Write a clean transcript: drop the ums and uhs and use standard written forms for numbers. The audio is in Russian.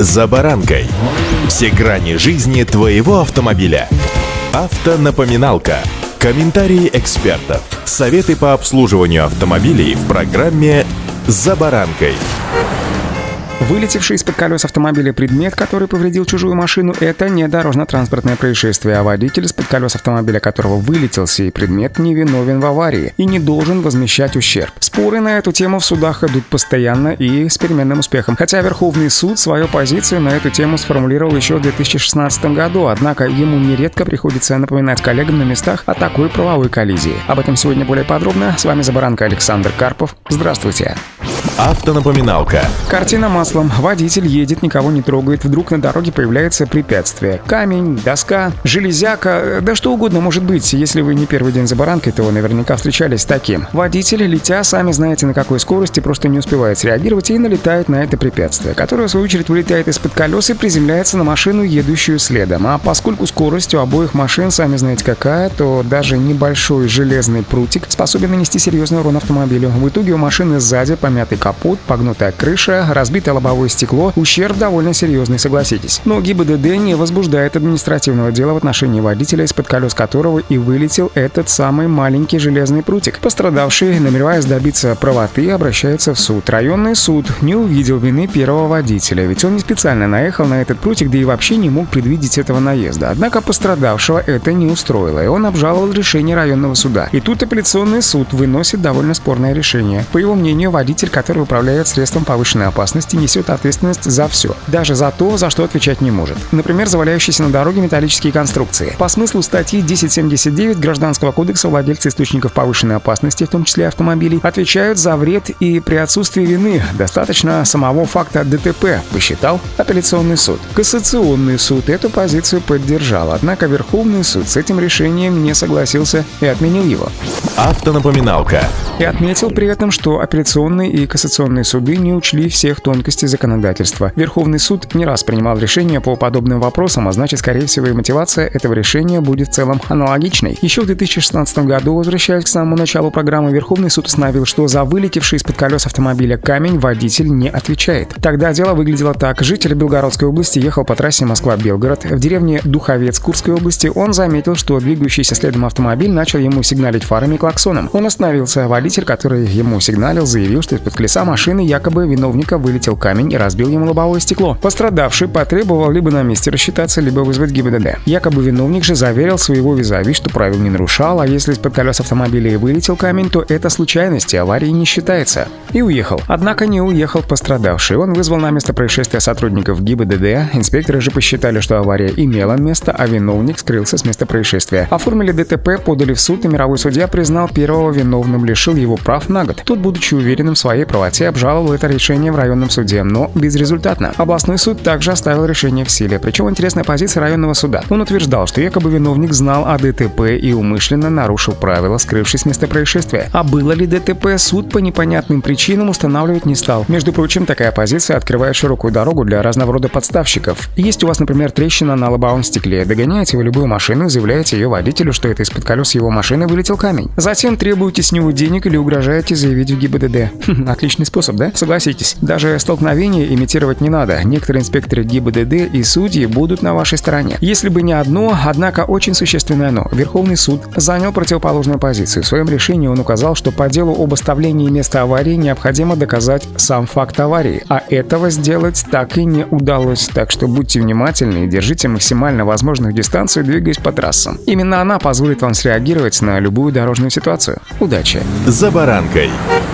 «За баранкой». Все грани жизни твоего автомобиля. Автонапоминалка. Комментарии экспертов. Советы по обслуживанию автомобилей в программе «За баранкой». Вылетевший из-под колес автомобиля предмет, который повредил чужую машину, это не дорожно-транспортное происшествие, а водитель, из-под колес автомобиля которого вылетел сей предмет, не виновен в аварии и не должен возмещать ущерб. Споры на эту тему в судах идут постоянно и с переменным успехом. Хотя Верховный суд свою позицию на эту тему сформулировал еще в 2016 году, однако ему нередко приходится напоминать коллегам на местах о такой правовой коллизии. Об этом сегодня более подробно. С вами «За баранкой» Александр Карпов. Здравствуйте. Автонапоминалка. Картина маслом. Водитель едет, никого не трогает. Вдруг на дороге появляется препятствие. Камень, доска, железяка, да что угодно может быть. Если вы не первый день за баранкой, то наверняка встречались с таким. Водитель, летя, сами знаете на какой скорости, просто не успевает среагировать и налетает на это препятствие, которое в свою очередь вылетает из-под колес и приземляется на машину, едущую следом. А поскольку скорость у обоих машин, сами знаете какая, то даже небольшой железный прутик способен нанести серьезный урон автомобилю. В итоге у машины сзади помятый капот, погнутая крыша, разбитое лобовое стекло. Ущерб довольно серьезный, согласитесь. Но ГИБДД не возбуждает административного дела в отношении водителя, из-под колес которого и вылетел этот самый маленький железный прутик. Пострадавший, намереваясь добиться правоты, обращается в суд. Районный суд не увидел вины первого водителя, ведь он не специально наехал на этот прутик, да и вообще не мог предвидеть этого наезда. Однако пострадавшего это не устроило, и он обжаловал решение районного суда. И тут апелляционный суд выносит довольно спорное решение. По его мнению, водитель, который управляет средством повышенной опасности, несет ответственность за все, даже за то, за что отвечать не может. Например, за валяющиеся на дороге металлические конструкции. По смыслу статьи 1079 Гражданского кодекса владельцы источников повышенной опасности, в том числе автомобилей, отвечают за вред и при отсутствии вины. Достаточно самого факта ДТП, посчитал апелляционный суд. Кассационный суд эту позицию поддержал, однако Верховный суд с этим решением не согласился и отменил его. Автонапоминалка. И отметил при этом, что апелляционные и кассационные суды не учли всех тонкостей законодательства. Верховный суд не раз принимал решения по подобным вопросам, а значит, скорее всего, и мотивация этого решения будет в целом аналогичной. Еще в 2016 году, возвращаясь к самому началу программы, Верховный суд установил, что за вылетевший из-под колес автомобиля камень водитель не отвечает. Тогда дело выглядело так. Житель Белгородской области ехал по трассе Москва-Белгород. В деревне Духовец Курской области он заметил, что двигающийся следом автомобиль начал ему сигналить фарами и клаксоном. Он остановился. Водитель, который ему сигналил, заявил, что из-под колеса машины якобы виновника вылетел камень и разбил ему лобовое стекло. Пострадавший потребовал либо на месте рассчитаться, либо вызвать ГИБДД. Якобы виновник же заверил своего визави, что правил не нарушал, а если из-под колес автомобиля и вылетел камень, то это случайность, и аварии не считается. И уехал. Однако не уехал пострадавший. Он вызвал на место происшествия сотрудников ГИБДД. Инспекторы же посчитали, что авария имела место, а виновник скрылся с места происшествия. Оформили ДТП, подали в суд, и мировой судья признал первого виновным, лишил его прав на год. Тот, будучи уверенным в своей правоте, обжаловал это решение в районном суде, но безрезультатно. Областной суд также оставил решение в силе. Причем интересная позиция районного суда. Он утверждал, что якобы виновник знал о ДТП и умышленно нарушил правила, скрывшись с места происшествия. А было ли ДТП, суд по непонятным причинам устанавливать не стал. Между прочим, такая позиция открывает широкую дорогу для разного рода подставщиков. Есть у вас, например, трещина на лобовом стекле. Догоняете вы любую машину, заявляете ее водителю, что это из-под колес его машины вылетел камень. Затем требуете с него денег или угрожаете заявить в ГИБДД. Отличный способ, да? Согласитесь. Даже столкновение имитировать не надо. Некоторые инспекторы ГИБДД и судьи будут на вашей стороне. Если бы не одно, однако очень существенное но. Верховный суд занял противоположную позицию. В своем решении он указал, что по делу об оставлении места аварии необходимо доказать сам факт аварии. А этого сделать так и не удалось. Так что будьте внимательны и держите максимально возможную дистанцию, двигаясь по трассам. Именно она позволит вам среагировать на любую дорожную ситуацию. Удачи! «За баранкой».